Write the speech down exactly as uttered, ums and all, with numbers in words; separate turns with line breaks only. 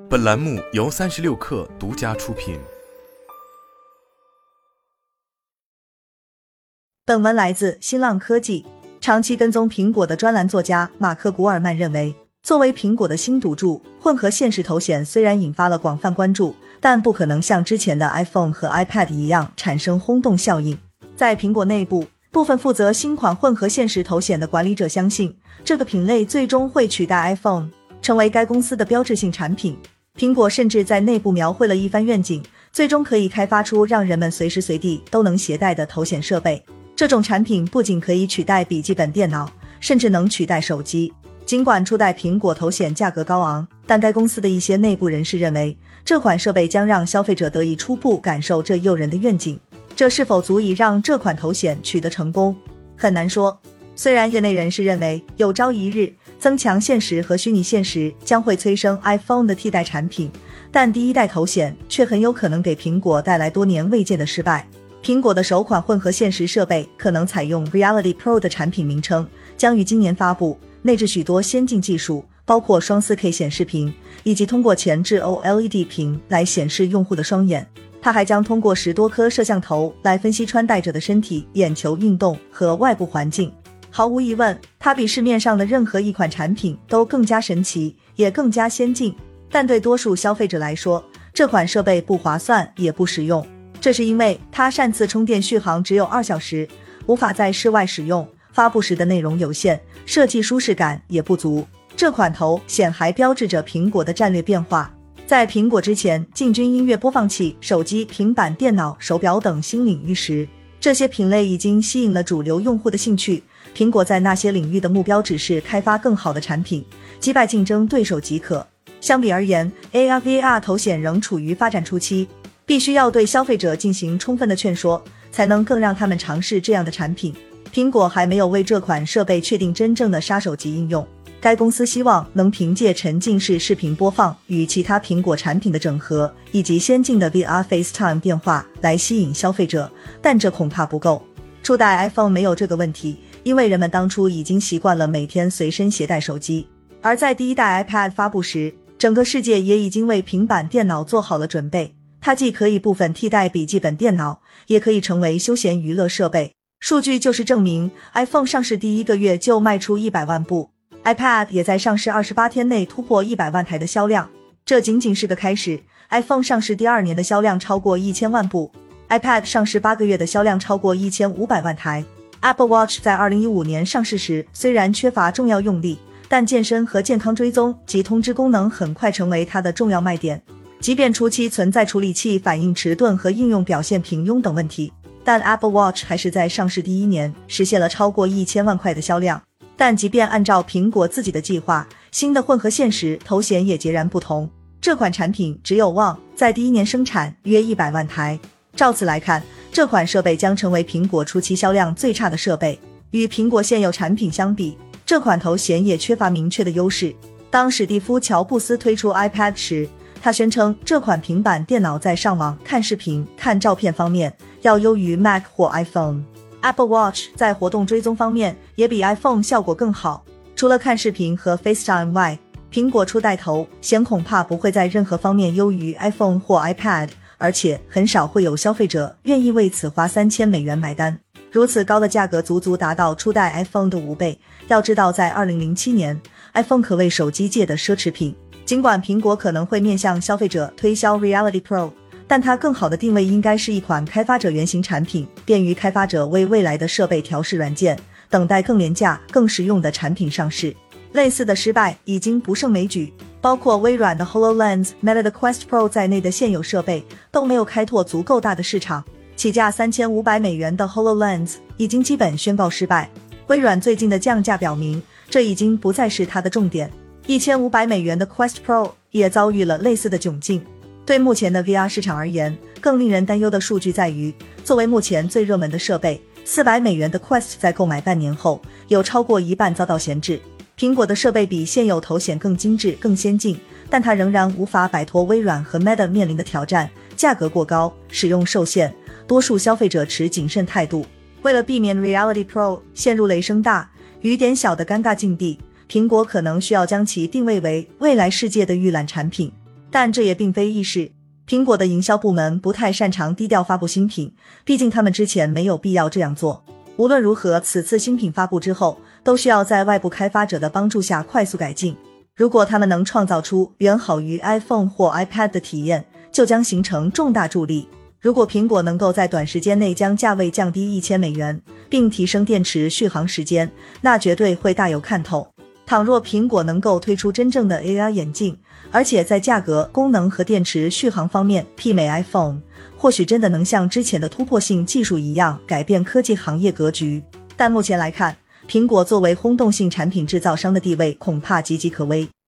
本栏目由三十六氪独家出品。
本文来自新浪科技。长期跟踪苹果的专栏作家马克·古尔曼认为，作为苹果的新赌注，混合现实头显虽然引发了广泛关注，但不可能像之前的 iPhone 和 iPad 一样产生轰动效应。在苹果内部，部分负责新款混合现实头显的管理者相信，这个品类最终会取代 iPhone， 成为该公司的标志性产品。苹果甚至在内部描绘了一番愿景，最终可以开发出让人们随时随地都能携带的头显设备。这种产品不仅可以取代笔记本电脑，甚至能取代手机。尽管初代苹果头显价格高昂，但该公司的一些内部人士认为，这款设备将让消费者得以初步感受这诱人的愿景。这是否足以让这款头显取得成功，很难说。虽然业内人士认为，有朝一日增强现实和虚拟现实将会催生 iPhone 的替代产品，但第一代头显却很有可能给苹果带来多年未见的失败。苹果的首款混合现实设备可能采用 Reality Pro 的产品名称，将于今年发布，内置许多先进技术，包括双 四 K 显示屏，以及通过前置 O L E D 屏来显示用户的双眼。它还将通过十多颗摄像头来分析穿戴者的身体、眼球运动和外部环境。毫无疑问，它比市面上的任何一款产品都更加神奇，也更加先进。但对多数消费者来说，这款设备不划算也不实用。这是因为它擅自充电续航只有二小时，无法在室外使用，发布时的内容有限，设计舒适感也不足。这款头显还标志着苹果的战略变化。在苹果之前进军音乐播放器、手机、平板电脑、手表等新领域时，这些品类已经吸引了主流用户的兴趣。苹果在那些领域的目标只是开发更好的产品，击败竞争对手即可。相比而言， A R、V R 头显仍处于发展初期，必须要对消费者进行充分的劝说，才能更让他们尝试这样的产品。苹果还没有为这款设备确定真正的杀手级应用。该公司希望能凭借沉浸式视频播放与其他苹果产品的整合，以及先进的 V R FaceTime 变化来吸引消费者，但这恐怕不够。初代 iPhone 没有这个问题，因为人们当初已经习惯了每天随身携带手机。而在第一代 iPad 发布时，整个世界也已经为平板电脑做好了准备。它既可以部分替代笔记本电脑，也可以成为休闲娱乐设备。数据就是证明， iPhone 上市第一个月就卖出一百万部， iPad 也在上市二十八天内突破一百万台的销量。这仅仅是个开始， iPhone 上市第二年的销量超过一千万部， iPad 上市八个月的销量超过一千五百万台。 Apple Watch 在二零一五年上市时虽然缺乏重要用例，但健身和健康追踪及通知功能很快成为它的重要卖点。即便初期存在处理器反应迟钝和应用表现平庸等问题，但 Apple Watch 还是在上市第一年实现了超过一千万块的销量。但即便按照苹果自己的计划，新的混合现实头显也截然不同。这款产品只有望在第一年生产约一百万台。照此来看，这款设备将成为苹果初期销量最差的设备。与苹果现有产品相比，这款头显也缺乏明确的优势。当史蒂夫·乔布斯推出 iPad 时，他宣称这款平板电脑在上网、看视频、看照片方面要优于 Mac 或 iPhone。Apple Watch 在活动追踪方面也比 iPhone 效果更好。除了看视频和 FaceTime 外，苹果初代头显恐怕不会在任何方面优于 iPhone 或 iPad， 而且很少会有消费者愿意为此花三千美元买单。如此高的价格足足达到初代 iPhone 的五倍。要知道，在二零零七年 iPhone 可谓手机界的奢侈品。尽管苹果可能会面向消费者推销 Reality Pro， 但它更好的定位应该是一款开发者原型产品，便于开发者为未来的设备调试软件，等待更廉价、更实用的产品上市。类似的失败已经不胜枚举，包括微软的 HoloLens、Meta 的 Quest Pro 在内的现有设备都没有开拓足够大的市场。起价三千五百美元的 HoloLens 已经基本宣告失败。微软最近的降价表明，这已经不再是它的重点。一千五百美元的 Quest Pro 也遭遇了类似的窘境。对目前的 V R 市场而言，更令人担忧的数据在于，作为目前最热门的设备，四百美元的 Quest 在购买半年后，有超过一半遭到闲置。苹果的设备比现有头显更精致、更先进，但它仍然无法摆脱微软和 Meta 面临的挑战，价格过高，使用受限，多数消费者持谨慎态度。为了避免 Reality Pro 陷入雷声大雨点小的尴尬境地，苹果可能需要将其定位为未来世界的预览产品。 但这也并非易事。苹果的营销部门不太擅长低调发布新品，毕竟他们之前没有必要这样做。无论如何，此次新品发布之后，都需要在外部开发者的帮助下快速改进。如果他们能创造出远好于 iPhone 或 iPad 的体验，就将形成重大助力。如果苹果能够在短时间内将价位降低一千美元，并提升电池续航时间，那绝对会大有看头。倘若苹果能够推出真正的 A R 眼镜，而且在价格、功能和电池续航方面媲美 iPhone， 或许真的能像之前的突破性技术一样改变科技行业格局。但目前来看，苹果作为轰动性产品制造商的地位恐怕岌岌可危。